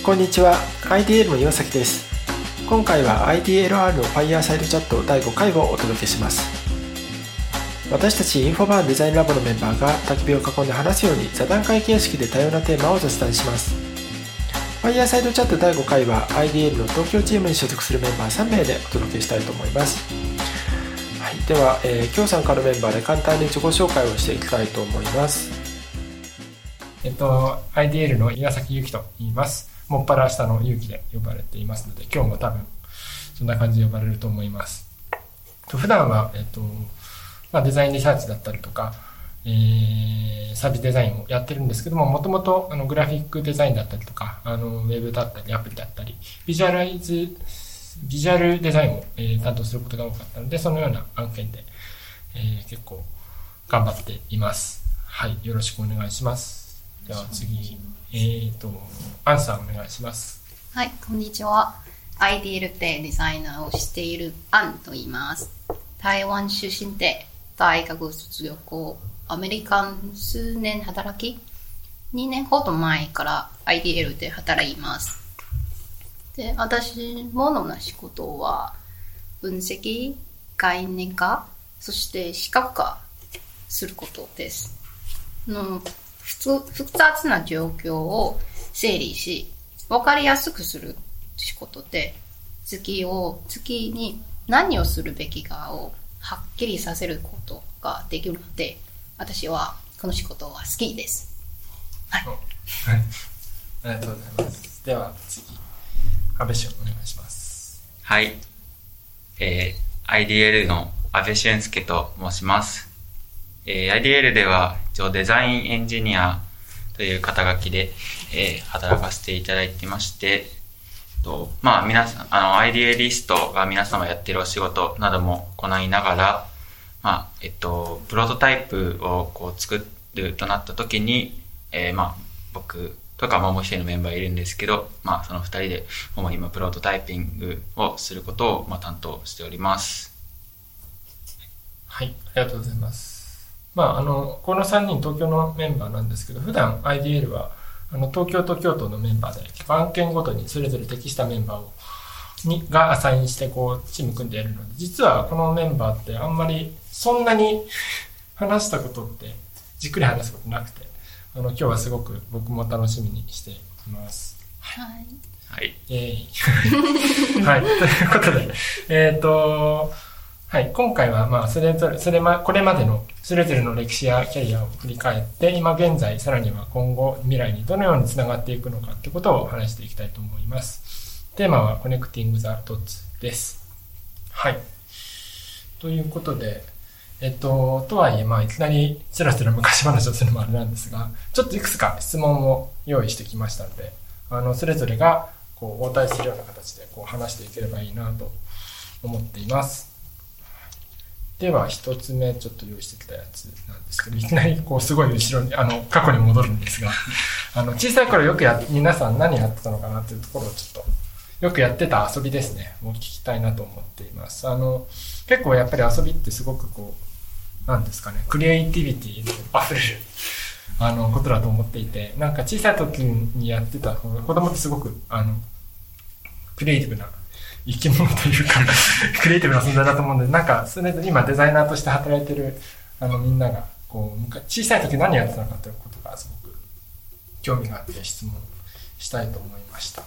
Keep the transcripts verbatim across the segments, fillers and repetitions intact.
こんにちは、アイディーエル の岩崎です。今回は アイディーエルアール の Fireside Chat だいごかいをお届けします。私たちインフォバーンデザインラボのメンバーが焚き火を囲んで話すように座談会形式で多様なテーマを雑談します。Fireside Chat だいごかいは アイディーエル の東京チームに所属するメンバーさんめいでお届けしたいと思います。はい、では、えー、今日参加のメンバーで簡単に自己紹介をしていきたいと思います。 えっと、アイディーエル の岩崎ゆきと言います。もっぱら下のゆうきで呼ばれていますので、今日も多分そんな感じで呼ばれると思います。普段は、えっとまあ、デザインリサーチだったりとか、えー、サービスデザインをやってるんですけども、もともとあのグラフィックデザインだったりとか、あのウェブだったりアプリだったり、ビジュアライズ、ビジュアルデザインを、えー、担当することが多かったので、そのような案件で、えー、結構頑張っています。はい、よろしくお願いします。では次、えーと、アンさんお願いします。 はい、こんにちは。アイディーエル でデザイナーをしているアンと言います。台湾出身で大学卒業後、アメリカン数年働き、にねんほど前から アイディーエル で働います。で、私、主な仕事は分析、概念化、そして視覚化することです。の複雑な状況を整理し、分かりやすくする仕事で、次を、次に何をするべきかをはっきりさせることができるので、私はこの仕事は好きです。はい。 はい。ありがとうございます。では次、安部俊お願いします。 はい。えー、アイディーエル の安部俊介と申します。えー、アイディーエル では一応デザインエンジニアという肩書きで、えー、働かせていただいてまして、とまあ皆さん、あの、アイディーエリストが皆様やっているお仕事なども行いながら、まあ、えっと、プロトタイプをこう作るとなった時に、えー、まあ、僕とかもう一人のメンバーいるんですけど、まあ、その二人で主に今プロトタイピングをすることを、まあ、担当しております。 はい、ありがとうございます。まあ、あの、このさんにん東京のメンバーなんですけど、普段 アイディーエル はあの東京と京都のメンバーで結構案件ごとにそれぞれ適したメンバーをにがアサインしてこうチーム組んでやるので、実はこのメンバーってあんまりそんなに話したことってじっくり話すことなくて、あの今日はすごく僕も楽しみにしています。 はい。 はい。 えー、はい。ということで、えっと、はい、今回はまあそれぞれそれまこれまでのそれぞれの歴史やキャリアを振り返って、今現在さらには今後未来にどのようにつながっていくのかということを話していきたいと思います。テーマは Connecting the Dots です。はい。ということで、えっととはいえまあいきなりつらつら昔話をするのもあれなんですが、ちょっといくつか質問を用意してきましたので、あのそれぞれがこう応対するような形でこう話していければいいなと思っています。では一つ目ちょっと用意してきたやつなんですけど、いきなりこうすごい後ろにあの過去に戻るんですが、あの小さい頃よくや皆さん何やってたのかなというところをちょっとよくやってた遊びですねを聞きたいなと思っています。あの結構やっぱり遊びってすごくこうなんですかね、クリエイティビティに溢れるあのことだと思っていて、なんか小さい時にやってた子供ってすごくあのクリエイティブな生き物というかクリエイティブな存在だと思うんで、なんかそれで今デザイナーとして働いてるあのみんながこう小さい時何やってたのかということがすごく興味があって質問したいと思いました。はい、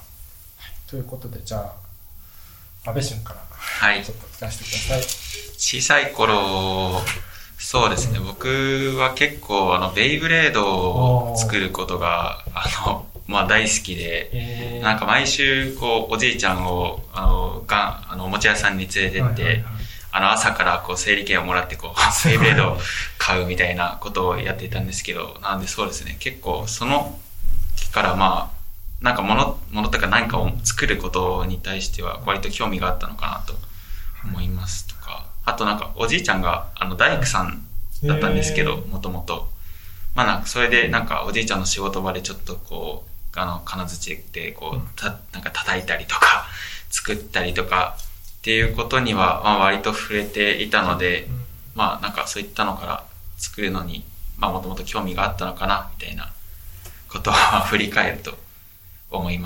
ということで、じゃあ安部俊からちょっと聞かせてください。はい、 小さい頃、そうですね、うん、僕は結構あのベイブレードを作ることがあのまあ大好きで、えー、なんか毎週こうおじいちゃんをあのがあのおもちゃ屋さんに連れてって、はいはいはい、あの朝からこう整理券をもらってこうベイブレードを買うみたいなことをやっていたんですけど、なんでそうですね、結構その時からまあなんか物物とか何かを作ることに対しては割と興味があったのかなと思いますとか、あとなんかおじいちゃんがあの大工さんだったんですけど、もともとまあなんかそれでなんかおじいちゃんの仕事場でちょっとこうあの金槌でこうたなんか叩いたりとか作ったりとかっていうことにはまあ割と触れていたので、まあなんかそういったのから作るのにまあもともと興味があったのかなみたいなことを振り返ると思います。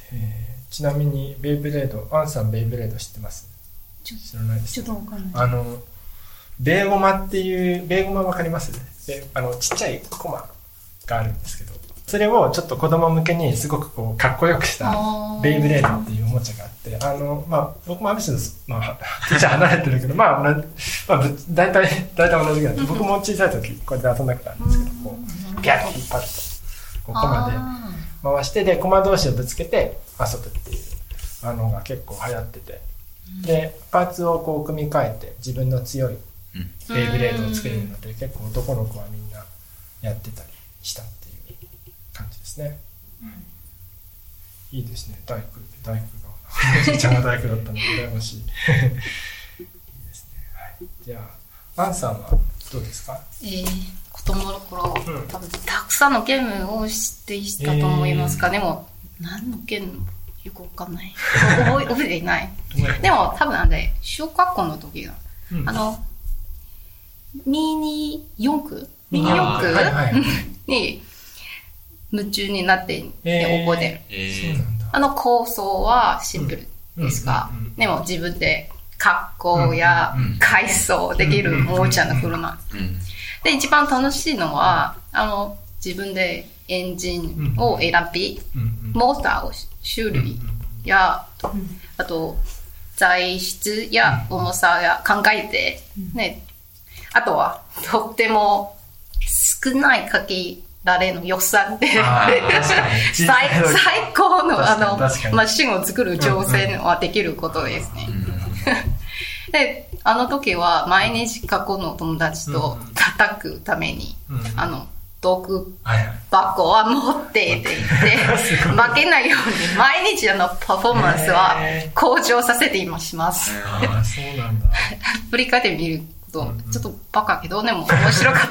えー、ちなみにベイブレード、アンさんベイブレード知ってます？ ちょ知らないです。 ちょっとわかんない。 あのベーゴマっていうベーゴマわかります？で、あのちっちゃいコマがあるんですけど、それをちょっと子供向けにすごくこうかっこよくしたベイブレードっていうおもちゃがあって、あのまあ僕もある種のまあちっちゃい離れてるけど、まあまあ大体大体同じぐらいで、僕も小さい時こうやって遊んだことあるんですけど、こうピャッと引っ張るとこうコマで回してでコマ同士をぶつけて遊ぶっていうあのが結構流行ってて、でパーツをこう組み替えて自分の強いベイブレードを作れるので、結構男の子はみんなやってたりしたっていう感じですね。いいですね。大工大工がおじいちゃんが大工だったので羨ましい。いいですね。はい。じゃあアンさんはどうですか？ えー、子供の頃、 うん、 多分たくさんのゲームを知っていたと思いますが、えー、でも何のゲームよくわかんない。覚え覚えていない。でも多分あれ小学校の時が、うん、あのミニ四駆ミニ四駆、はいはい、に夢中になって、えー、覚えてる、えー、あの構想はシンプルですが、うんうんうん、でも自分で格好や改装できるおもちゃの車、うんうんうん、で一番楽しいのはあの自分でエンジンを選び、うんうん、モーターを修理や、うん、あと材質や重さや考えて、ね、あとはとっても少ないかけられの予算で最, 最高のあのマシンを作る挑戦はできることですね。で、あの時は毎日過去の友達と叩くために、うんうん、あの道具箱は持っていて、負けないように毎日あのパフォーマンスは向上させています。 あ、そうなんだ。 振り返ってみると、うんうん、ちょっとバカけどでも面白かった。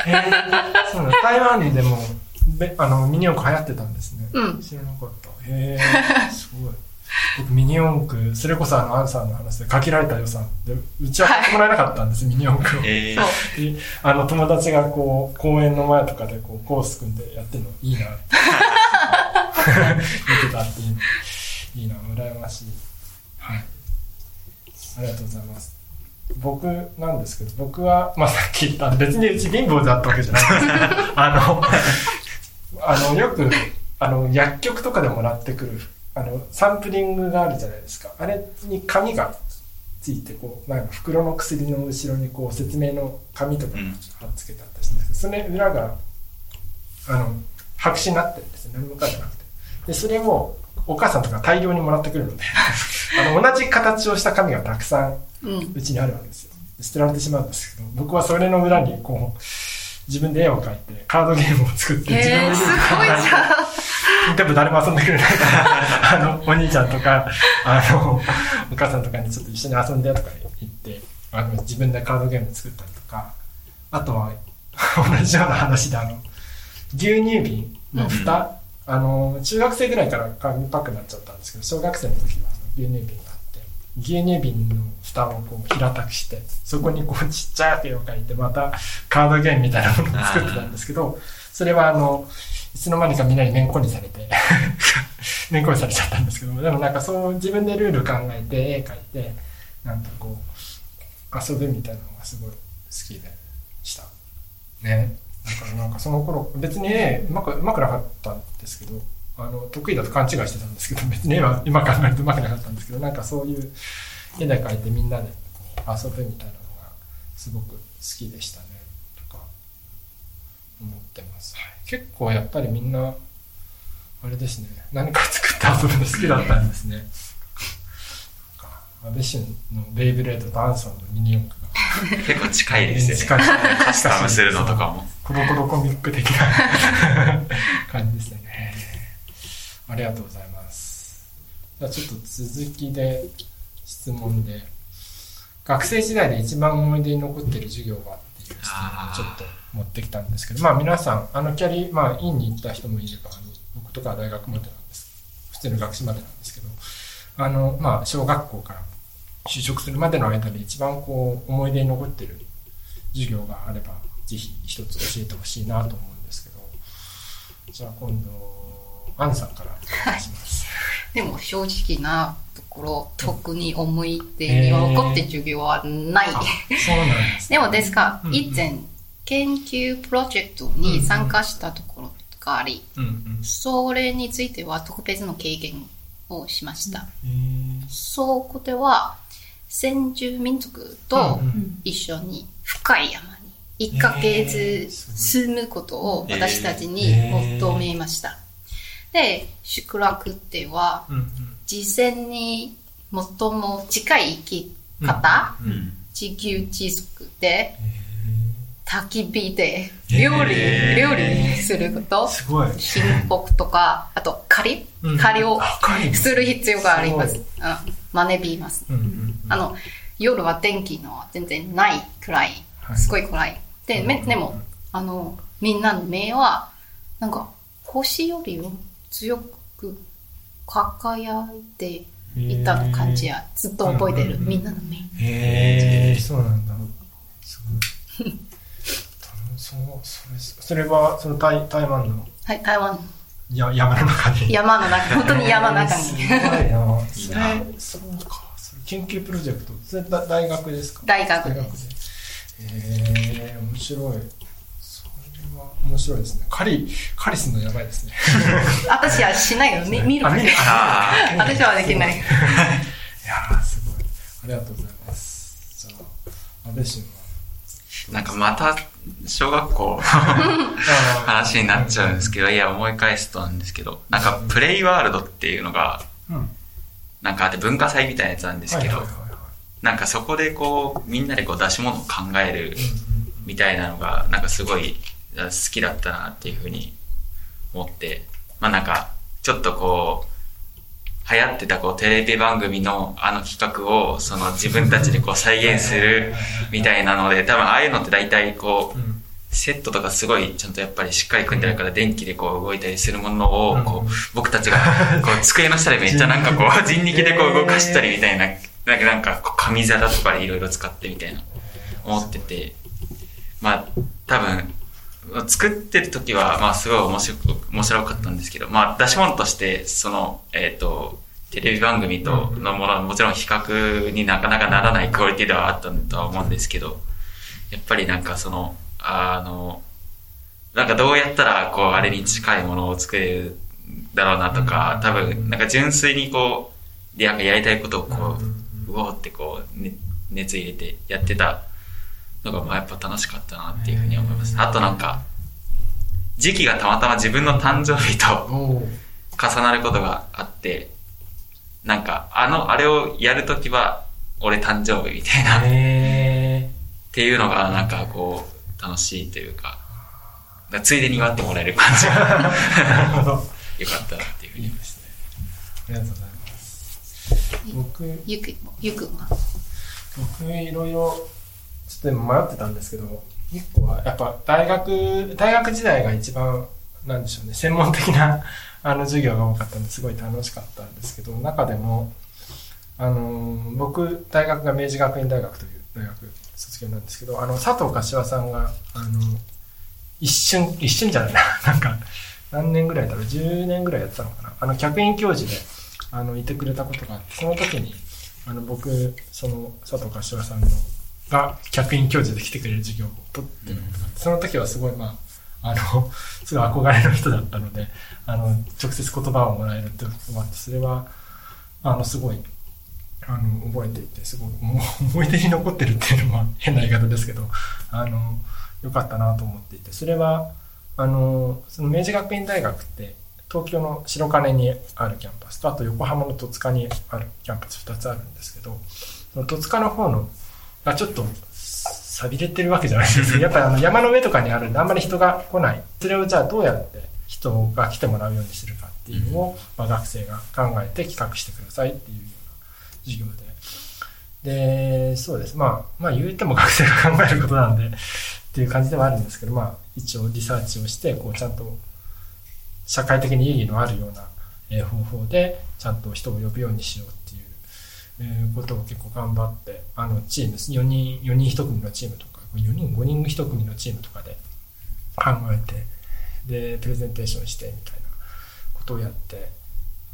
えー、そうなんだ。台湾にでもあのミニ四駆流行ってたんですね。うん、知らなかった。へー、すごい。僕ミニ四駆、それこそあのアンさんの話で限られた予算でうちは買ってもらえなかったんです、はい、ミニ四駆を、えー、であの友達がこう公園の前とかでこうコース組んでやってるのいいなって見てたっていい、いいな、羨ましい。はい、ありがとうございます。僕なんですけど、僕はまあさっき言った別にうち貧乏だったわけじゃないんですけどあのあのよくあの薬局とかでもらってくるあのサンプリングがあるじゃないですか。あれに紙がついてこうなんか袋の薬の後ろにこう説明の紙とかが貼っつけてあったりするんですけど、それ裏があの白紙になってるんですよ。何も書いてなくて、でそれをお母さんとか大量にもらってくるのであの同じ形をした紙がたくさんうちにあるわけですよ。捨てられてしまうんですけど、僕はそれの裏にこう自分で絵を描いてカードゲームを作って自分で、えー、すごいじゃん。でも誰も遊んでくれないからあのお兄ちゃんとかあのお母さんとかにちょっと一緒に遊んでとか言ってあの自分でカードゲーム作ったりとか、あとは同じような話であの牛乳瓶の蓋、うん、あの中学生ぐらいから紙パックになっちゃったんですけど、小学生の時はあの牛乳瓶があって牛乳瓶の蓋をこう平たくしてそこにこうちっちゃい絵を描いてまたカードゲームみたいなものを作ってたんですけど、それはあのいつの間にかみんなにめんこにされてめんこにされちゃったんですけど、でもなんかそう自分でルール考えて絵描いてなんかこう遊ぶみたいなのがすごい好きでしたね。だからなんかその頃別に絵うまくうまくなかったんですけど、あの得意だと勘違いしてたんですけど、別に絵は今考えるとうまくなかったんですけど、なんかそういう絵で描いてみんなで遊ぶみたいなのがすごく好きでしたねとか思ってます。はい、結構やっぱりみんなあれですね、何か作って遊ぶの好きだったんですね。安倍晋のベイブレードとアンソンのミニ四駆が結構近いですよね。近いカスタムするのとかもコロコロコミック的な感じですね。ありがとうございます。じゃあちょっと続きで質問で、学生時代で一番思い出に残っている授業はっていう質問をちょっと持ってきたんですけど、まあ皆さんあのキャリまあ院に行った人もいれば、あの僕とかは大学までなんです普通の学士までなんですけど、あのまあ小学校から就職するまでの間で一番こう思い出に残っている授業があればぜひ一つ教えてほしいなと思うんですけど、じゃあ今度アンさんからお願いします。 でも正直なところ、特に思い出に残って授業はない。 えー、そうなんです、 ね。でもですが、 うんうん、 以前、研究プロジェクトに参加したところがあり、うんうん、それについては特別の経験をしました。えー、そこでは、先住民族と一緒に深い山にいっかげつ住むことを私たちに求めました。で、宿泊では、事前に最も近い生き方、自給自足で、焚き火で料理、料理すること、神木とか、あと狩り、狩りをする必要があります。学びます。あの、夜は電気の全然ないくらい、すごい暗い。で、でも、あの、みんなの目は、なんか、星よりも強く輝いていたの感じや、ずっと覚えてる、みんなの目。 へー、そうなんだ。すごい。そう、それ、それは、その台、台湾の。 はい、台湾。 や、山の中に。 山の中、本当に山の中に。 すごいな。それ、そうか。それ研究プロジェクト。それだ大学ですか？ 大学です。 へー、面白い。それは面白いですね。狩り、狩りするのやばいですね。 私はしないよ。見、見るだけ。私はできない。いやー、すごい。ありがとうございます。じゃあ、安倍晋はなんかまた小学校の話になっちゃうんですけど、いや思い返すとなんですけど、なんかプレイワールドっていうのがなんかあって文化祭みたいなやつなんですけど、なんかそこでこうみんなでこう出し物を考えるみたいなのがなんかすごい好きだったなっていうふうに思って、まあなんかちょっとこう流行ってたこうテレビ番組のあの企画をその自分たちでこう再現するみたいなので、多分ああいうのって大体こうセットとかすごいちゃんとやっぱりしっかり組んであるから電気でこう動いたりするものをこう僕たちがこう机の下でめっちゃなんかこう人力でこう動かしたりみたいな、なんかなんかこう紙皿とかでいろいろ使ってみたいな思ってて、まあ多分作ってる時はまあすごい面白く面白かったんですけど、まあ出し物としてそのえっとテレビ番組とのものもちろん比較になかなかならないクオリティではあったとは思うんですけど、やっぱりなんかそのあのなんかどうやったらこうあれに近いものを作れるだろうなとか、多分なんか純粋にこうやりたいことをこううおーってこう、ね、熱入れてやってたのがまあやっぱ楽しかったなっていうふうに思います。あとなんか時期がたまたま自分の誕生日と重なることがあって、なんかあのあれをやるときは俺誕生日みたいなっていうのがなんかこう楽しいというか、かついでに祝ってもらえる感じがよかったなっていうふうに思いますね。 ありがとうございます。僕ゆくゆくは僕いろいろちょっと迷ってたんですけど、一個はやっぱ大学大学時代が一番なんでしょうね、専門的なあの授業が多かったんですごい楽しかったんですけど、中でもあの僕大学が明治学院大学という大学卒業なんですけど、あの佐藤柏さんがあの一瞬一瞬じゃないななんか何年ぐらいだろうじゅうねんぐらいやってたのかな、あの客員教授であのいてくれたことがあって、その時にあの僕その佐藤柏さんのが客員教授で来てくれる授業を取ってることがあって、その時はすごいまああのすごい憧れの人だったので、あの直接言葉をもらえるってこともあって、それはあのすごいあの覚えていて、すごい思い出に残ってるっていうのは変な言い方ですけど、あの良かったなと思っていて、それはあのその明治学院大学って東京の白金にあるキャンパスと、あと横浜の戸塚にあるキャンパスふたつあるんですけど、その戸塚の方のがちょっと錆びれてるわけじゃないんですけど、やっぱりあの山の上とかにあるんであんまり人が来ない。それをじゃあどうやって人が来てもらうようにするかっていうのを、まあ、学生が考えて企画してくださいっていうような授業で。で、そうです。まあ、まあ言うても学生が考えることなんでっていう感じではあるんですけど、まあ一応リサーチをして、こうちゃんと社会的に意義のあるような方法でちゃんと人を呼ぶようにしようっていうえー、ことを結構頑張って、あのチームよにんよにんひと組のチームとかよにんごにんひと組のチームとかで考えて、でプレゼンテーションしてみたいなことをやって、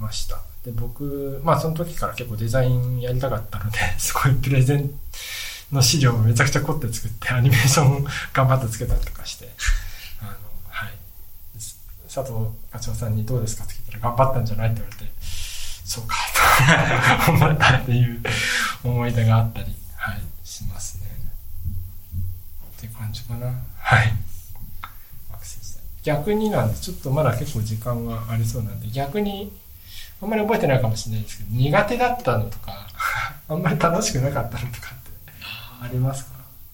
ました。で、僕、まあその時から結構デザインやりたかったので、すごいプレゼンの資料をめちゃくちゃ凝って作って、アニメーション頑張ってつけたりとかして、あの、はい。佐藤課長さんにどうですかって聞いたら、頑張ったんじゃないって言われて、そうか、と思ったっていう思い出があったり、はい、しますね。って感じかな。はい。逆になんで、ちょっとまだ結構時間がありそうなんで、逆に、あんまり覚えてないかもしれないですけど、苦手だったのとか、あんまり楽しくなかったのとかってありますか？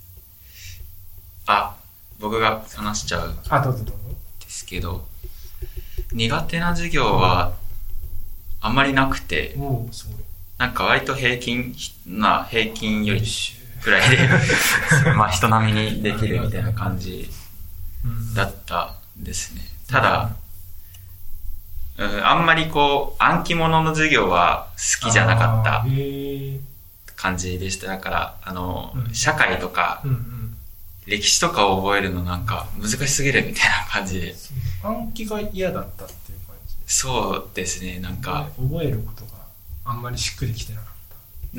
あ、僕が話しちゃう。 あ、どうぞどうぞ。 ですけど、苦手な授業はあんまりなくて、 おー、すごい。 なんか割と平均な、平均よりくらいで、まあ人並みにできるみたいな感じだったですね。ただ、うん、あんまりこう暗記物の授業は好きじゃなかった感じでした。だからあの、うん、社会とか、うんうん、歴史とかを覚えるのなんか難しすぎるみたいな感じで。 暗記が嫌だったっていう感じ？ そうですね。なんか覚えることがあんまりしっくりきてなかった。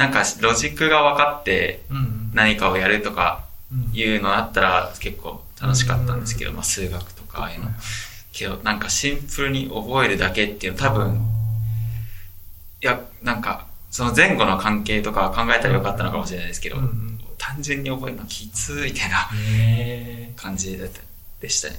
なんかロジックが分かって何かをやるとかいうのだったら結構楽しかったんですけど、まあ、数学とかああいうの、けどなんかシンプルに覚えるだけっていうの多分、いやなんかその前後の関係とか考えたらよかったのかもしれないですけど、単純に覚えるのきついみたいな感じでしたね。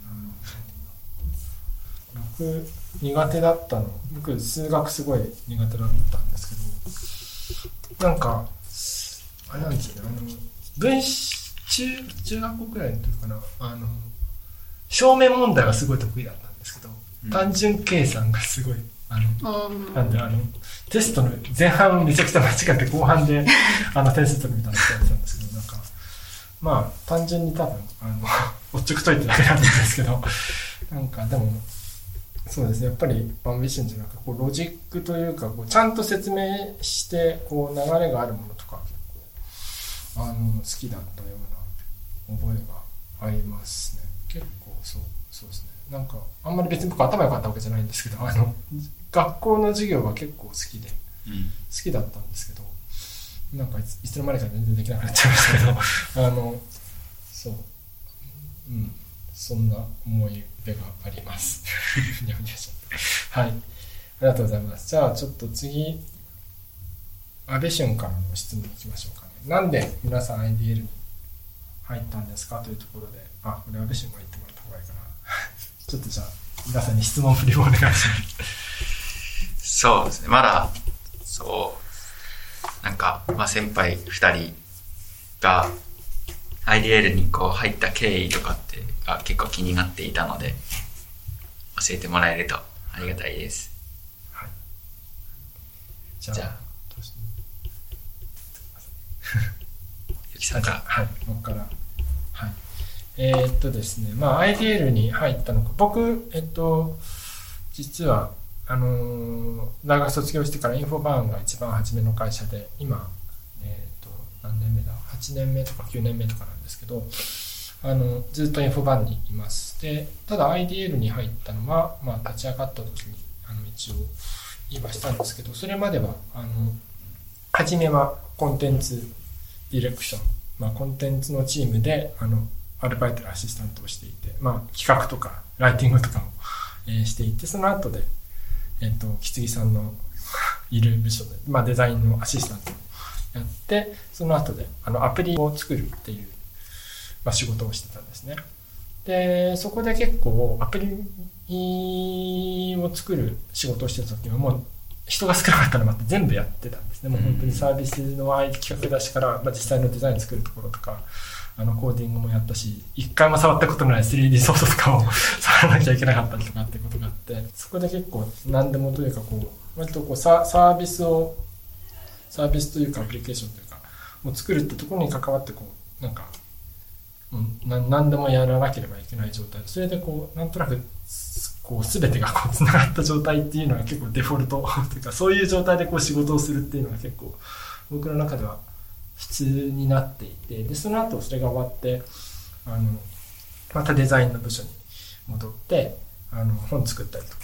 僕苦手だったの、僕数学すごい苦手だったんですけど、なんかあれなんですよね、あの分子中中学校くらいの時かな、あの正面問題はすごい得意だったんですけど、うん、単純計算がすごいあの、うん、なんであのテストの前半めちゃくちゃ間違って後半であの点数取るみたいなのやってたんですけど、なんかまあ単純に多分あのおっちょくといてだけなんですけど、なんかでもそうですね、やっぱりアンビションじゃなくてこうロジックというかこうちゃんと説明してこう流れがあるものとか結構あの好きだったような覚えがありますね。結構そうそうですね。なんかあんまり別に僕頭良かったわけじゃないんですけど、あの学校の授業は結構好きで、うん、好きだったんですけど、なんかいついつの間にか全然できなくなっちゃいましたけどあのそううんそんな思い出がありますはい、ありがとうございます。じゃあちょっと次安倍俊からの質問いきましょうかね。なんで皆さん アイディーエル に入ったんですかというところで、あ、これ安倍俊が言ってもらった方がいいかなちょっとじゃあ皆さんに質問振りをお願いしますそうですね、まだそうなんか、まあ、先輩ふたりが アイディーエル にこう入った経緯とかってが結構気になっていたので教えてもらえるとありがたいです。はい、じゃあ、じゃあゆきさんから。 はい、僕から。はい。えー、っとですね、まあ アイディーエル に入ったのか、僕えっと実はあのー、大学卒業してからインフォバーンが一番初めの会社で、今えー、っと何年目だ、はちねんめとかきゅうねんめとかなんですけど。あのずっとインフォバンにいます。で、ただ アイディーエル に入ったのは、まあ、立ち上がった時にあの一応言いはしたんですけど、それまではあの初めはコンテンツディレクション、まあ、コンテンツのチームであのアルバイトでアシスタントをしていて、まあ、企画とかライティングとかを、えー、していて、その後で、えっと、木次さんのいる部署で、まあ、デザインのアシスタントをやって、その後であのアプリを作るっていうまあ、仕事をしてたんですね。で、そこで結構アプリを作る仕事をしてた時はもう人が少なかったのもあって全部やってたんですね。もう本当にサービスの企画出しから、まあ、実際のデザイン作るところとか、あのコーディングもやったし、一回も触ったことのない スリーディー ソフトとかを触らなきゃいけなかったりとかっていうことがあって、そこで結構何でもというかこう、割とこう サ, サービスを、サービスというかアプリケーションというか、を作るってところに関わってこう、なんか、な何でもやらなければいけない状態で、それでこうなんとなくこう全てがこうつながった状態っていうのが結構デフォルトというか、そういう状態でこう仕事をするっていうのが結構僕の中では普通になっていて、でその後それが終わってあのまたデザインの部署に戻ってあの本作ったりとか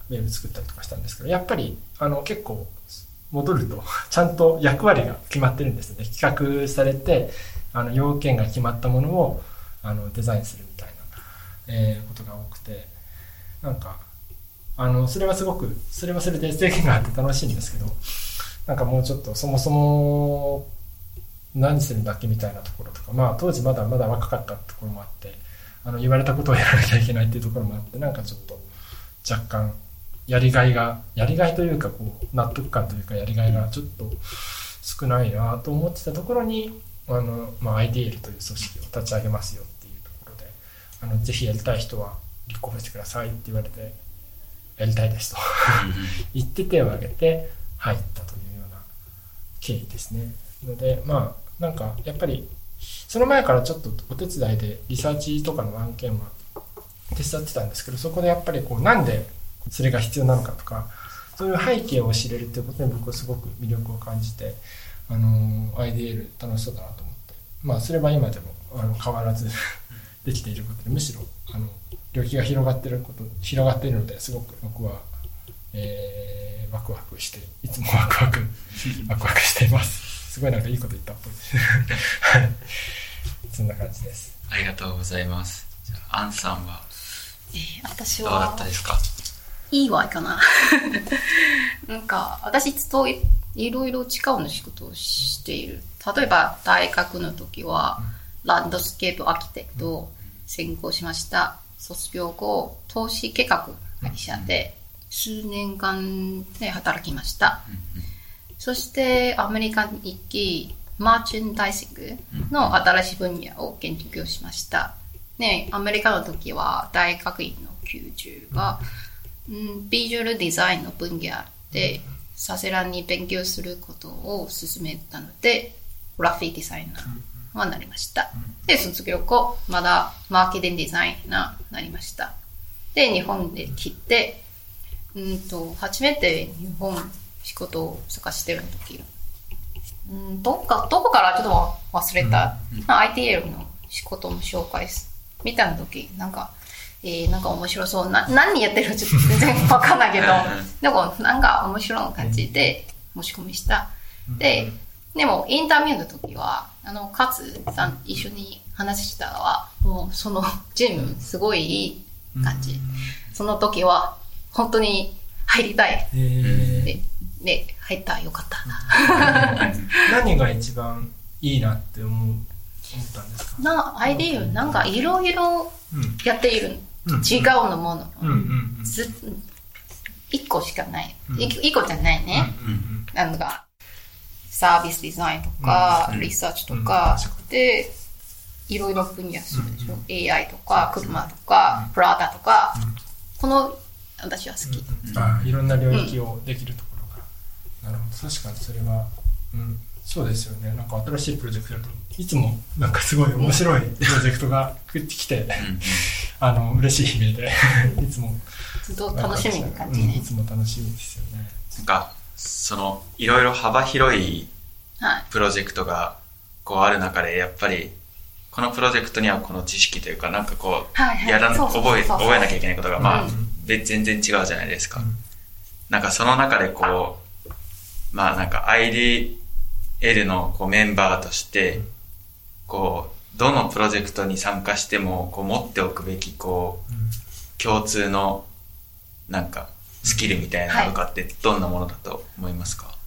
ウェブ作ったりとかしたんですけど、やっぱりあの結構戻るとちゃんと役割が決まってるんですよね。企画されてあの要件が決まったものをあのデザインするみたいな、えー、ことが多くて、なんかあのそれはすごくそれはそれで制限があって楽しいんですけど、なんかもうちょっとそもそも何するんだっけみたいなところとか、まあ当時まだまだ若かったところもあって、あの言われたことをやらなきゃいけないっていうところもあって、なんかちょっと若干やりがいがやりがいというかこう納得感というかやりがいがちょっと少ないなと思ってたところに、あの、まあ、アイディーエル という組織を立ち上げますよっていうところで、あのぜひやりたい人は立候補してくださいって言われて、やりたいですと言って手を挙げて入ったというような経緯ですね。のでまあなんかやっぱりその前からちょっとお手伝いでリサーチとかの案件は手伝ってたんですけど、そこでやっぱりこうなんでそれが必要なのかとか、そういう背景を知れるっていうことに僕はすごく魅力を感じて、あの アイディーエル 楽しそうだなと思って、まあそれは今でもあの変わらずできていることで、むしろあの領域が広がっていること広がっているので、すごく僕は、えー、ワクワクしていつもワクワクワクワクしています。すごいなんかいいこと言ったっぽいですはい、そんな感じです。 ありがとうございます。じゃあアンさんは、 えー、私どうはだったですか？ いいわいかななんか私といろいろ違うの仕事をしている。例えば大学の時はランドスケープアーキテクトを専攻しました。卒業後投資計画会社で数年間で働きました。そしてアメリカに行きマーチェンダイシングの新しい分野を研究しました。ね、アメリカの時は大学院の教授が、うん、ビジュアルデザインの分野でさすがに勉強することを進めたので、グラフィックデザイナーになりました。で、卒業後、まだマーケティングデザイナーになりました。で、日本で来て、うんと、初めて日本仕事を探してる時、うん、どっか、どこからちょっと忘れた、まあ、アイティーエル の仕事の紹介見た時、なんか、えー、なんか面白そうな、何やってるかちょっと全然わかんないけど、でもなんか面白い感じで申し込みした。で、でもインタビューの時は、あの、勝さん一緒に話したのは、もうそのチームすごいいい感じ。その時は本当に入りたい。で、で入ったらよかったな。 何が一番いいなって思う、思ったんですか？ な、アイディア、なんかいろいろやっている。うん、違うのもの、うんうんうん、ず一個しかない、うん、一個じゃないね、うんうんうん、なんかサービスデザインとか、うん、リサーチとか、うん、でいろいろ分野するでしょ、うん、エーアイ とか車とか、うん、プラダとか、うん、この私は好き、 うんうん、あ、いろんな領域をできるところが、うん、なるほど。確かにそれは、うん、そうですよね。なんか新しいプロジェクトだといつもなんかすごい面白いプロジェクトが来て、うん、あの嬉しい悲鳴でいつもずっと楽しみな感じね、 うん、いつも楽しみですよね。 なんかそのいろいろ幅広いプロジェクトがこうある中で、やっぱりこのプロジェクトにはこの知識というか、なんかこう、はいはい、やら覚え覚えなきゃいけないことがまあ、うん、全然違うじゃないですか、うん、なんかその中でこうまあなんか アイディーエル のこうメンバーとして、こう、どのプロジェクトに参加しても、こう持っておくべき、こう、共通の、なんか、スキルみたいなのとかって、どんなものだと思いますか？はい、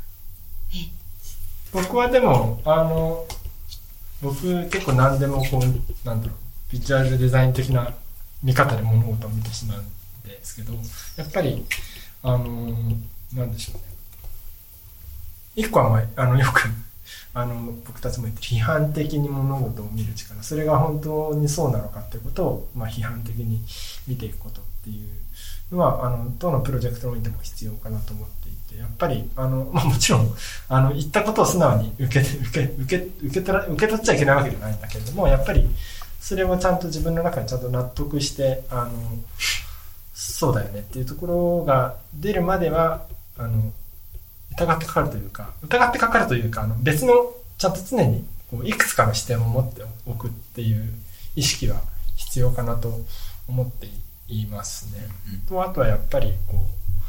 僕はでも、あの、僕結構何でもこう、なんだろう、ビジュアルデザイン的な見方で物事を見てしまうんですけど、やっぱり、あの、なんでしょうね。一個は、まあ、あのよくあの僕たちも言って批判的に物事を見る力、それが本当にそうなのかっていうことを、まあ、批判的に見ていくことっていうのは、あのどのプロジェクトにおいても必要かなと思っていて、やっぱりあの、まあ、もちろんあの言ったことを素直に受け受け受け受け取ら受け取っちゃいけないわけじゃないんだけれども、やっぱりそれをちゃんと自分の中にちゃんと納得して、あのそうだよねっていうところが出るまでは、あの疑ってかかるというか、疑ってかかるというか、あの別のちゃんと常にこういくつかの視点を持っておくっていう意識は必要かなと思っていますね。うん、とあとはやっぱりこう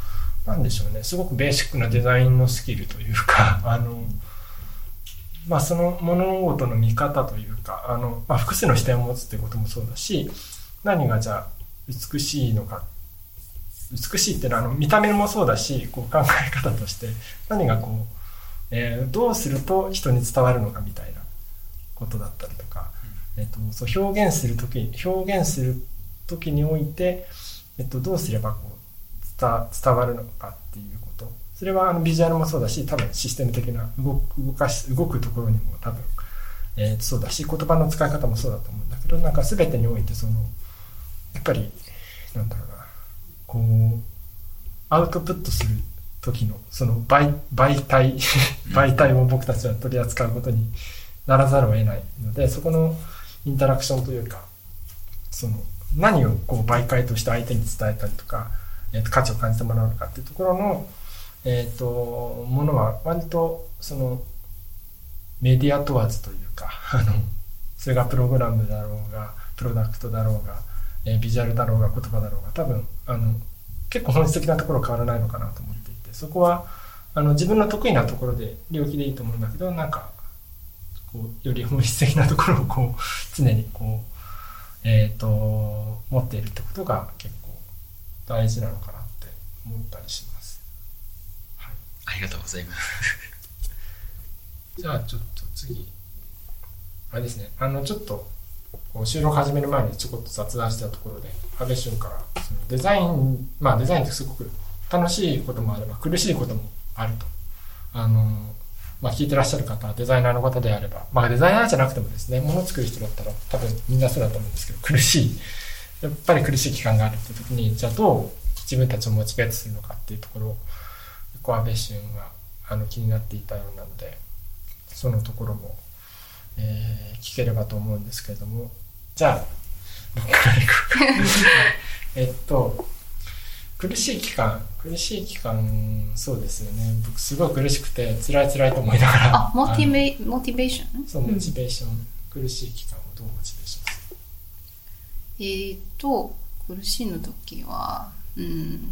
なんでしょうね、すごくベーシックなデザインのスキルというか、あの、まあ、その物事の見方というか、あの、まあ、複数の視点を持つということもそうだし、何がじゃあ美しいのか、美しいっていうのはあの見た目もそうだし、こう考え方として何がこう、えー、どうすると人に伝わるのかみたいなことだったりとか、うん、えっと、そう表現するとき、表現するときにおいて、えっと、どうすればこう伝、伝わるのかっていうこと。それはあのビジュアルもそうだし、多分システム的な動く、動かし、動くところにも多分、えー、そうだし、言葉の使い方もそうだと思うんだけど、なんか全てにおいてその、やっぱり、なんだろうな、こう、アウトプットする時の、その媒、媒体、媒体を僕たちは取り扱うことにならざるを得ないので、そこのインタラクションというか、その、何をこう媒介として相手に伝えたりとか、えーと、価値を感じてもらうのかっていうところの、えっと、ものは割と、その、メディア問わずというか、あの、それがプログラムだろうが、プロダクトだろうが、えー、ビジュアルだろうが、言葉だろうが、多分、あの、結構本質的なところは変わらないのかなと思っていて、そこは、あの、自分の得意なところで、領域でいいと思うんだけど、なんか、こう、より本質的なところをこう、常にこう、えっと、持っているってことが結構大事なのかなって思ったりします。はい。 ありがとうございます。 じゃあ、ちょっと次。あれですね。あの、ちょっと、こう収録始める前にちょこっと雑談したところで、安倍俊からそのデザイン、まあデザインってすごく楽しいこともあれば苦しいこともあると。あの、まあ聞いてらっしゃる方はデザイナーの方であれば、まあデザイナーじゃなくてもですね、ものを作る人だったら多分みんなそうだと思うんですけど、苦しい。やっぱり苦しい期間があるって時に、じゃあどう自分たちをモチベートするのかっていうところを、結構安倍俊はあの気になっていたようなので、そのところも、えー、聞ければと思うんですけれども、じゃあ、どっから行くか。えっと、苦しい期間、苦しい期間、そうですよね。僕すごい苦しくて、辛い辛いと思いながら。 あ、モチベ、モチベーション？ そう、モチベーション。うん、苦しい期間をどうモチベーションする？ えーっと、苦しいの時は、うん、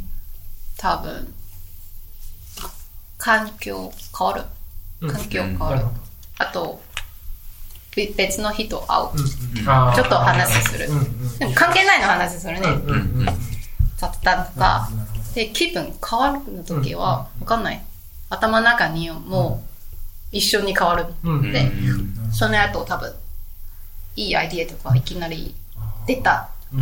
多分、環境変わる。環境変わる。うん、あと、別の人と会う、うんうん、ちょっと話する、うんうん、でも関係ないの話するね、うんうん、雑談とか、で気分変わるの時は分かんない、頭の中にもう一緒に変わる、うん、で、うん、その後多分いいアイディアとかいきなり出た、うん、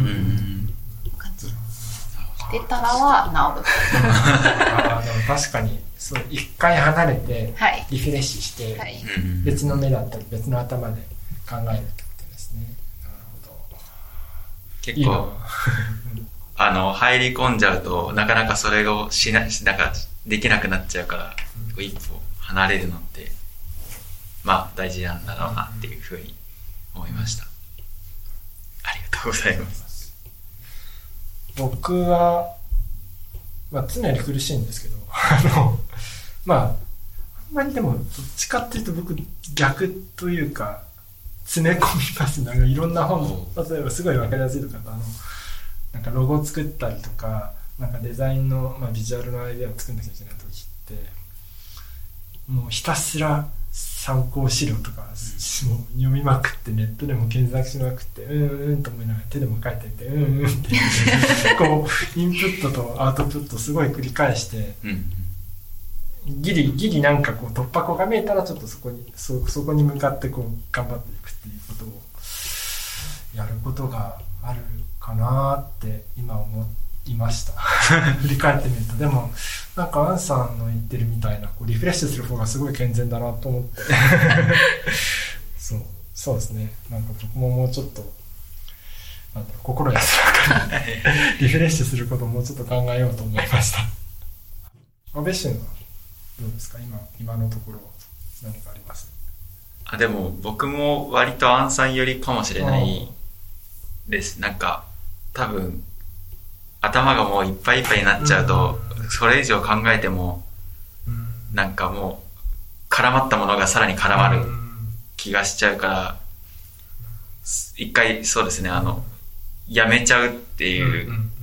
感じ出たらは治るあでも確かにそう一回離れてリフレッシュして、はい、別の目だったり別の頭で考えるってことですね。なるほど。 結構あの入り込んじゃうとなかなかそれをしななんかできなくなっちゃうから、うん、一歩離れるのってまあ大事なんだろうなっていうふうに思いました。ありがとうございます。 僕はまあ常に苦しいんですけどあのまあ、あんまりでも、どっちかっていうと僕、逆というか、詰め込みます。なんかいろんな本を、例えばすごいわかりやすいとか、あの、なんかロゴを作ったりとか、なんかデザインの、まあ、ビジュアルのアイデアを作んなきゃいけない時って、もうひたすら参考資料とか、もう読みまくって、ネットでも検索しまくって、うんうんと思いながら手でも書いていて、うんうんって、こう、インプットとアウトプットすごい繰り返して、うんギリギリなんかこう突破口が見えたらちょっとそこに そ, そこに向かってこう頑張っていくっていうことをやることがあるかなって今思いました振り返ってみると。でもなんかアンさんの言ってるみたいなこうリフレッシュする方がすごい健全だなと思ってそうそうですね。なんか僕ももうちょっとなんだろう心安らかにリフレッシュすることをもうちょっと考えようと思いました。安倍俊はどうですか 今, 今のところ何かあります？ あでも僕も割とアンさん寄りかもしれないです。なんか多分頭がもういっぱいいっぱいになっちゃうと、うん、それ以上考えても、うん、なんかもう絡まったものがさらに絡まる気がしちゃうから、うん、一回そうですねあのやめちゃうっていう、うん、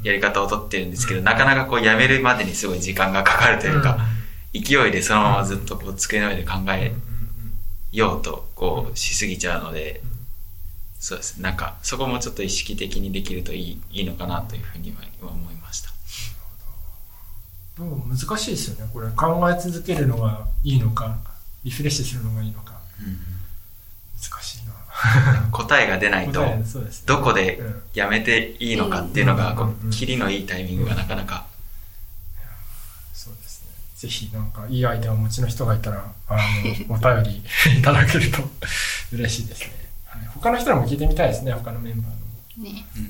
やり方をとってるんですけど、なかなかこうやめるまでにすごい時間がかかるというか、勢いでそのままずっとこう机の上で考えようとこうしすぎちゃうので、そうですね、なんかそこもちょっと意識的にできるといい、いいのかなというふうには今思いました。 難しいですよね、これ。考え続けるのがいいのか、リフレッシュするのがいいのか、うん、難しいな。 答えが出ないと、ね、どこでやめていいのかっていうのが、こうキリのいいタイミングがなかなか。 そうですね。ぜひなんかいいアイデアをお持ちの人がいたら、あのお便りいただけると嬉しいですね。はい、他の人らも聞いてみたいですね、他のメンバーの。ね。うんうんうん。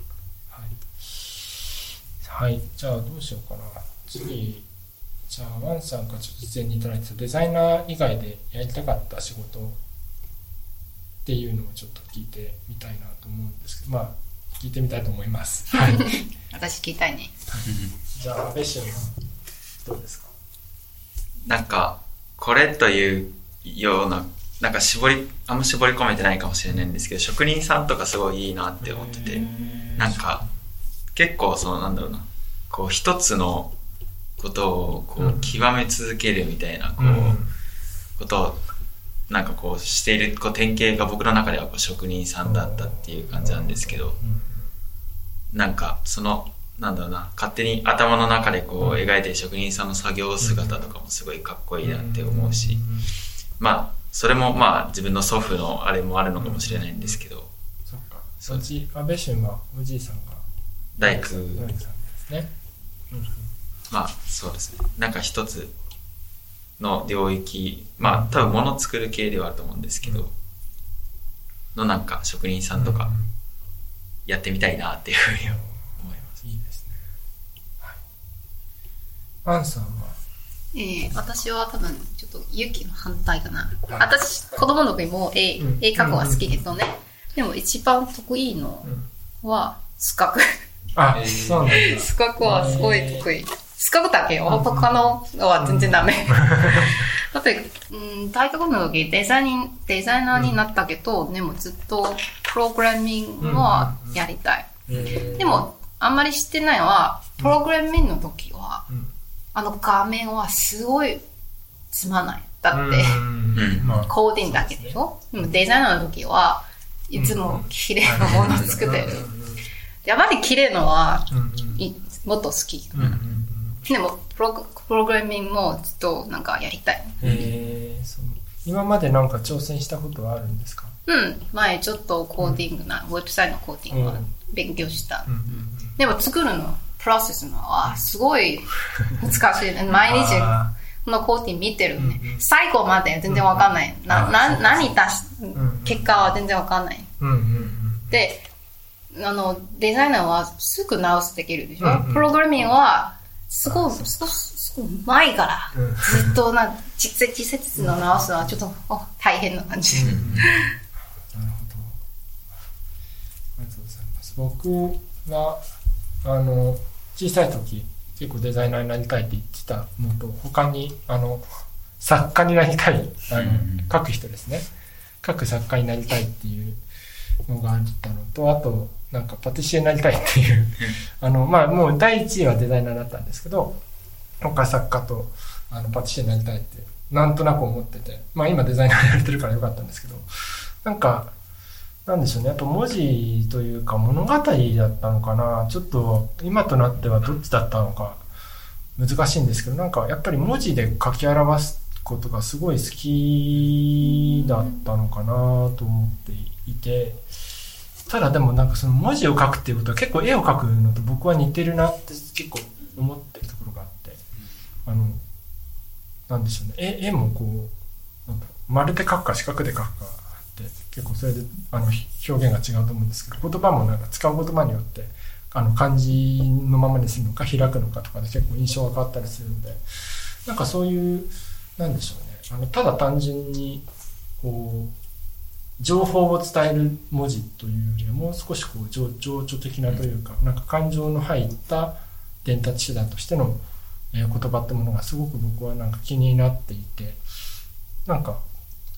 はい。はい。じゃあどうしようかな。次。じゃあワンさんからちょっと事前にいただいてたデザイナー以外でやりたかった仕事っていうのをちょっと聞いてみたいなと思うんですけど、まあ聞いてみたいと思います。はい。 私聞きたいね。 はい、じゃあ阿部俊はどうですか？ なんかこれというようななんか絞りあんま絞り込めてないかもしれないんですけど、職人さんとかすごいいいなって思ってて、なんか結構そのなんだろうな、こう一つのことをこう極め続けるみたいなこうことをなんかこうしているこう典型が僕の中ではこう職人さんだったっていう感じなんですけど、なんかそのなんだろうな、勝手に頭の中でこう描いてる職人さんの作業姿とかもすごいかっこいいなって思うし、まあそれもまあ自分の祖父のあれもあるのかもしれないんですけど、 そっか、そっち阿部俊はおじいさんが大工ですね。 まあそうですね、なんか一つの領域、まあ多分物作る系ではあると思うんですけど、のなんか職人さんとかやってみたいなっていうふうに思います。 いいですね。はい。アンさんは？ えー、私は多分ちょっと勇気の反対かな。私子供の時も絵、うん、絵描くのは好きけどね、うん、でも一番得意のはスカク。 あ、そうなんだ。 スカクはすごい得意。スカクだけよ。他のは全然ダメ。だって、うん、大学の時デザイン、デザイナーになったけど、うん、でもずっとプログラミングはやりたい。うんうんうん、でも、あんまり知ってないのは、プログラミングの時は、うん、あの画面はすごいつまない。だって、うんうん、コーディングだけでしょ？でもデザイナーの時はいつも綺麗なものを作ってる。やっぱり綺麗のは、うんうん、もっと好き。うんうん、でもプロ、プログラミングもずっとなんかやりたい。 へー、そう。今までなんか挑戦したことはあるんですか？ うん。前ちょっとコーディングな、うん、ウェブサイトのコーディングを勉強した。うんうんうん、でも作るの、プロセスのはすごい難しい。毎日このコーディング見てるね。うんうん、最後まで全然わかんない。うん、なな何出し、うんうん、結果は全然わかんない。うんうんうん、で、あの、デザイナーはすぐ直すできるでしょ、うんうん、プログラミングはすごい、すごい、すごい前から、うん、ずっとな、実説の直すのはちょっと、お大変な感じ。うんうん、なるほど。 ありがとうございます。僕は、あの、小さい時、結構デザイナーになりたいって言ってたのと、他に、あの、作家になりたい、あの、うん、書く人ですね。書く作家になりたいっていうのがあったのと、あと、なんかパティシエになりたいっていう、あの、まあ、もう第一位はデザイナーだったんですけど、他作家とあのパティシエになりたいって、なんとなく思ってて、まあ今デザイナーやれてるからよかったんですけど、なんか、なんでしょうね、やっぱ文字というか物語だったのかな、ちょっと今となってはどっちだったのか難しいんですけど、なんかやっぱり文字で書き表すことがすごい好きだったのかなと思っていて、ただでもなんかその文字を書くっていうことは結構絵を描くのと僕は似てるなって結構思ってるところがあって、あの、なんでしょうね、絵、絵もこう、なんか丸で描くか四角で描くかって結構それであの表現が違うと思うんですけど、言葉もなんか使う言葉によってあの漢字のままにするのか開くのかとかで結構印象が変わったりするので、なんかそういう、なんでしょうね、あのただ単純にこう、情報を伝える文字というよりはもう少しこう情緒的なというか、なんか感情の入った伝達手段としての言葉ってものがすごく僕はなんか気になっていて、なんか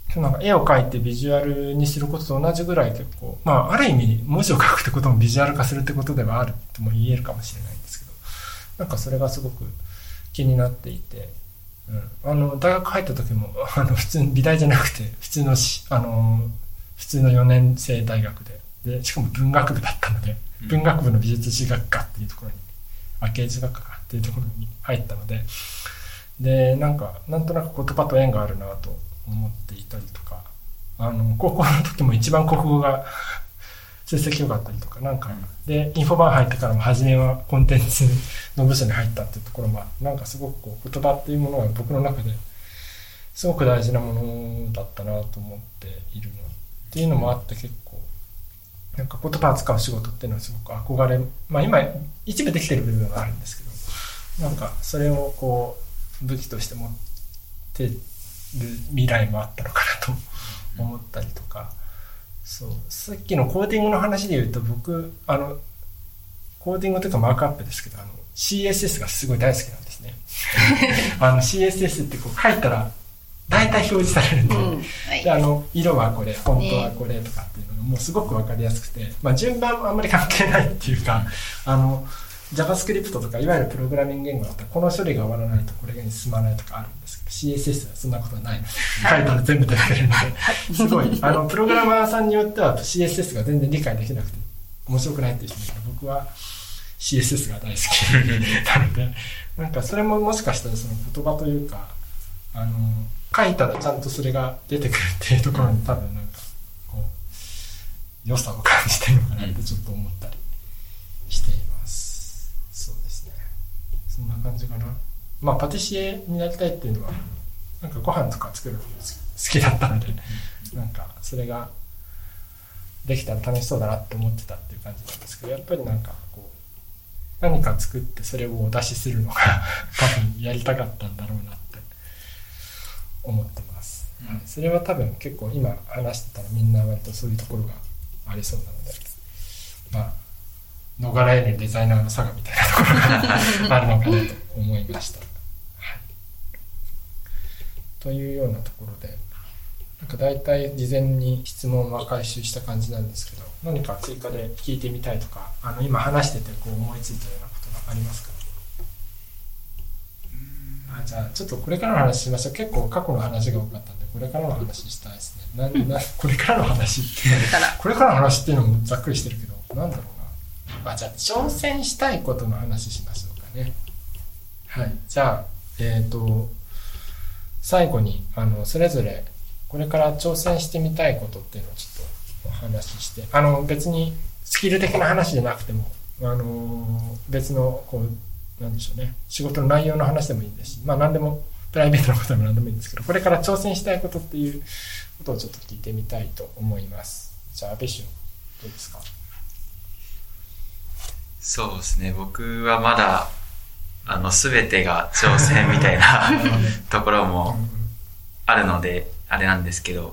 なんか絵を描いてビジュアルにすることと同じぐらい結構、まあある意味文字を書くってこともビジュアル化するってことではあるとも言えるかもしれないんですけど、なんかそれがすごく気になっていて、うん、あの大学入った時もあの普通に美大じゃなくて普通のしあの普通のよねん生大学で、でしかも文学部だったので、うん、文学部の美術史学科っていうところにあ芸術学科かっていうところに入ったので、でなんかなんとなく言葉と縁があるなと思っていたりとか、あの高校の時も一番国語が成績良かったりとか、なんか、うん、でインフォバン入ってからも初めはコンテンツの部署に入ったっていうところもなんかすごくこう言葉っていうものが僕の中ですごく大事なものだったなと思っているのっていうのもあって、結構なんか言葉を使う仕事っていうのはすごく憧れ、まあ今一部できてる部分があるんですけど、なんかそれをこう武器として持ってる未来もあったのかなと思ったりとか、そうさっきのコーディングの話で言うと、僕あのコーディングというかマークアップですけど、あの シーエスエス がすごい大好きなんですねあの シーエスエス ってこう書いたら大体表示されるんで、うんはい、であの色はこれフォントはこれとかっていうのがもうすごく分かりやすくて、まあ、順番もあんまり関係ないっていうか、あの JavaScript とかいわゆるプログラミング言語だったらこの処理が終わらないとこれに進まないとかあるんですけど、 シーエスエス はそんなことはないので書いたら全部出てくるのですごいあのプログラマーさんによっては シーエスエス が全然理解できなくて面白くないっていう人もいるけど、僕は シーエスエス が大好きなので、なんかそれももしかしたらその言葉というか、あの書いたらちゃんとそれが出てくるっていうところに多分なんかこう良さを感じてるのかなってちょっと思ったりしています。そうですね。そんな感じかな。まあパティシエになりたいっていうのはなんかご飯とか作るのが好きだったので、なんかそれができたら楽しそうだなって思ってたっていう感じなんですけど、やっぱりなんかこう何か作ってそれをお出しするのが多分やりたかったんだろうなって思ってます、うん、それは多分結構今話してたらみんな割とそういうところがありそうなので、まあ逃れるデザイナーの差がみたいなところがあるのかなと思いました、はい、というようなところで、なんか大体事前に質問は回収した感じなんですけど、何か追加で聞いてみたいとか、あの今話しててこう思いついたようなことがありますか？あ、じゃあちょっとこれからの話しましょう。結構過去の話が多かったんでこれからの話したいですね。ななこれからの話ってこれからの話っていうのもざっくりしてるけど、なんだろうな。あ、じゃあ挑戦したいことの話しましょうかね。はい。じゃあえっと最後にあのそれぞれこれから挑戦してみたいことっていうのをちょっとお話しして、あの別にスキル的な話じゃなくても、あの別のこうなんでしょうね、仕事の内容の話でもいいですし、まあ何でもプライベートのことでも何でもいいんですけど、これから挑戦したいことっていうことをちょっと聞いてみたいと思います。じゃあ阿部俊どうですか？ そうですね、僕はまだあの全てが挑戦みたいなところもあるのであれなんですけど、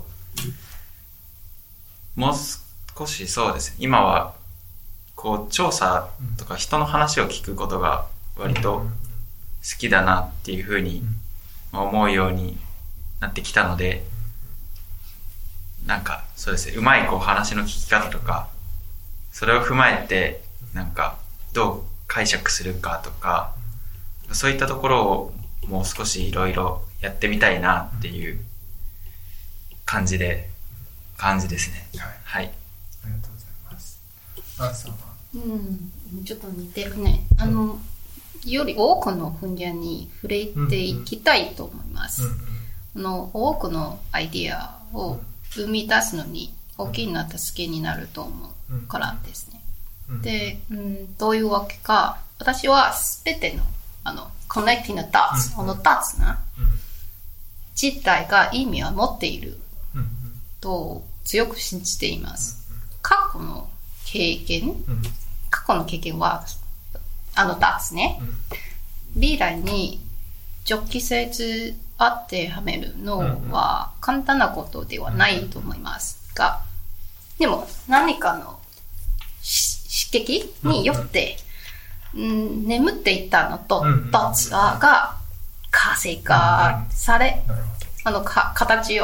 もう少しそうですね、今はこう調査とか人の話を聞くことが割と好きだなっていうふうに思うようになってきたので、なんかそうですね、うまいこう話の聞き方とか、それを踏まえてなんかどう解釈するかとか、そういったところをもう少しいろいろやってみたいなっていう感じで感じですね。はい。はい、 ありがとうございます。アンさんは？ うん、ちょっと似てるね。あの、うん、より多くの分野に触れていきたいと思います。うんうん、あの多くのアイディアを生み出すのに大きな助けになると思うからですね。うん、で、うん、どういうわけか、私はすべてのあのコネクティングダッツ、このダッツな、うん、自体が意味を持っていると強く信じています。過去の経験、過去の経験はあのダッツね、未来に直接当てはめるのは簡単なことではないと思いますが、でも何かの刺激によって、うん、眠っていたのとダッツが活性化され、あのか形を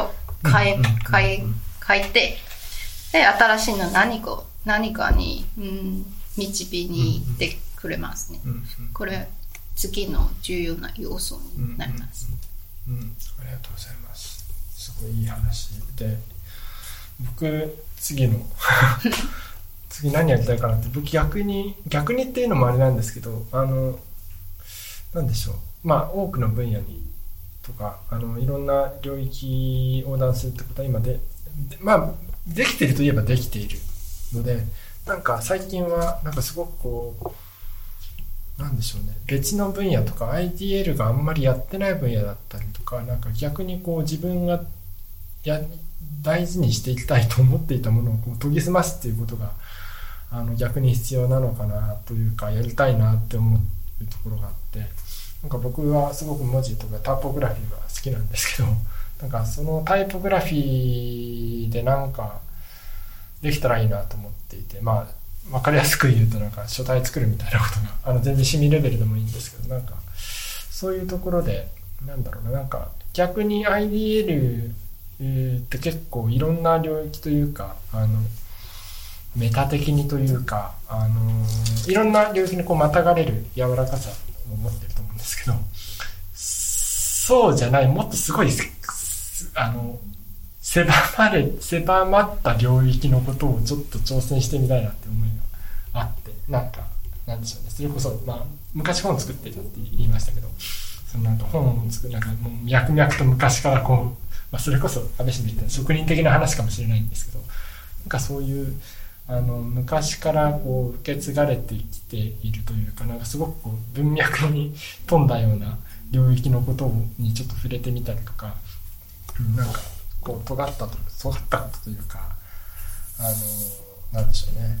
変え、変え、変えて、で、新しいの何か、何かに、うん、導いてくれますね。これ、次の重要な要素になります。 うんうんうん、ありがとうございます。すごいいい話で、僕、次の、次何やりたいかなって、僕逆に、逆にっていうのもあれなんですけど、あの、なんでしょう。まあ、多くの分野に、とか、あの、いろんな領域横断するってことは今で、でまあ、できているといえばできているので、なんか最近は、なんかすごくこう、なんでしょうね、別の分野とか アイティーエル があんまりやってない分野だったりとか、なんか逆にこう自分がや大事にしていきたいと思っていたものをこう研ぎ澄ますっていうことが、あの逆に必要なのかなというか、やりたいなって思うところがあって、なんか僕はすごく文字とかタイポグラフィーが好きなんですけど、なんかそのタイポグラフィーでなんかできたらいいなと思っていて、まあ分かりやすく言うとなんか書体作るみたいなことが、あの全然趣味レベルでもいいんですけど、なんかそういうところでなんだろうな、なんか逆に アイディーエル って結構いろんな領域というか、あのメタ的にというか、あのいろんな領域にこうまたがれる柔らかさを持ってると思うんですけど、そうじゃない、もっとすごいあの狭まれ狭まった領域のことをちょっと挑戦してみたいなって思いがあって、なんかなんでしょうね、それこそまあ昔本作ってたって言いましたけど、そのなんか本を作る、なんかもう脈々と昔からこう、まあ、それこそ安倍氏の言った職人的な話かもしれないんですけど、なんかそういうあの昔からこう受け継がれてきているというか、なんかすごくこう文脈に富んだような領域のことにちょっと触れてみたりとか、なんかこう尖ったと尖ったことというか、あのなんでしょうね、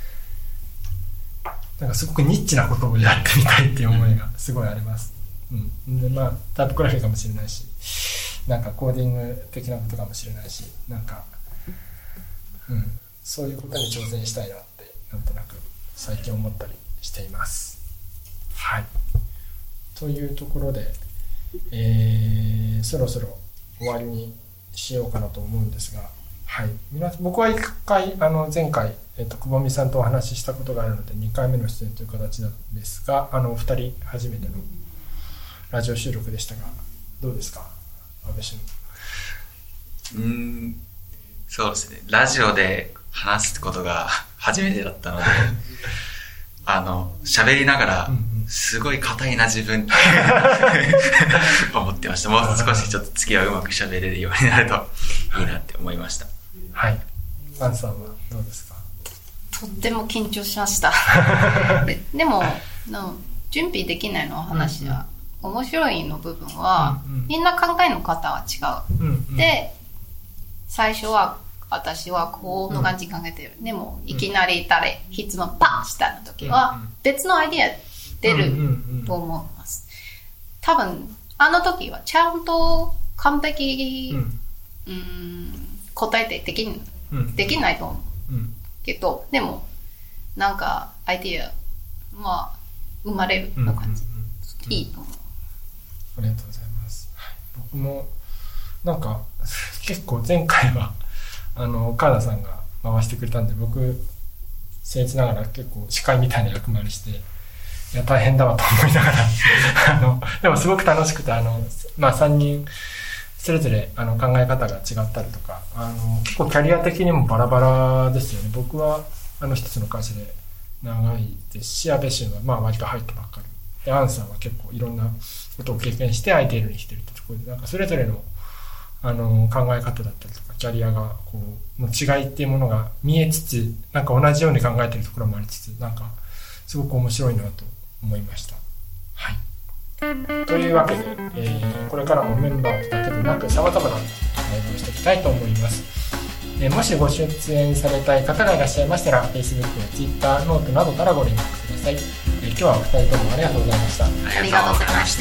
なんかすごくニッチなことをやってみたいっていう思いがすごいあります。うん、でまあタイポグラフィーかもしれないし、なんかコーディング的なことかもしれないし、なんかうん。そういうことに挑戦したいなってなんとなく最近思ったりしています。はい。というところで、えー、そろそろ終わりにしようかなと思うんですが、はい。皆僕は一回あの前回えっと久保美さんとお話ししたことがあるのでにかいめの出演という形なんですが、あのお二人初めてのラジオ収録でしたが、どうですか、安倍氏の。 うーん、そうですね。ラジオで話すことが初めてだったので、あの、喋りながら、すごい硬いな自分って思ってました。もう少しちょっと次はうまく喋れるようになるといいなって思いました。 はい。アンさんはどうですか？ とっても緊張しました。で, でもの、準備できないの話は、うんうん、面白いの部分は、うんうん、みんな考えの方は違う。うんうん、で、最初は、私はこんな感じ考えてる、うん、でもいきなり誰質問パンした時は別のアイディア出ると思います。多分あの時はちゃんと完璧、うん、うん答えてできん、うん、できないと思う、うん、けどでもなんかアイディアまあ生まれるの感じ、うんうんうん、いいと思う。 ありがとうございます。僕もなんか結構前回はあの岡田さんが回してくれたんで、僕僭越ながら結構司会みたいな役回りして、いや大変だわと思いながらあのでもすごく楽しくて、あのまあさんにんそれぞれあの考え方が違ったりとか、あの結構キャリア的にもバラバラですよね。僕はあの一つの会社で長いですし、安倍氏はまあ割と入ったばっかりで、アンさんは結構いろんなことを経験してアイデアにしてるってところで、なんかそれぞれのあの考え方だったりとかキャリアがこうの違いっていうものが見えつつ、なんか同じように考えてるところもありつつ、なんかすごく面白いなと思いました。はい。というわけで、えー、これからもメンバーだけでなく様々なライブをしていきたいと思います。えー、もしご出演されたい方がいらっしゃいましたら Facebook や Twitter、ノートなどからご連絡ください。えー、今日はお二人ともありがとうございました。 ありがとうございました。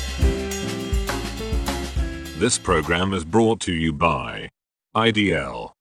This program is brought to you by I D L.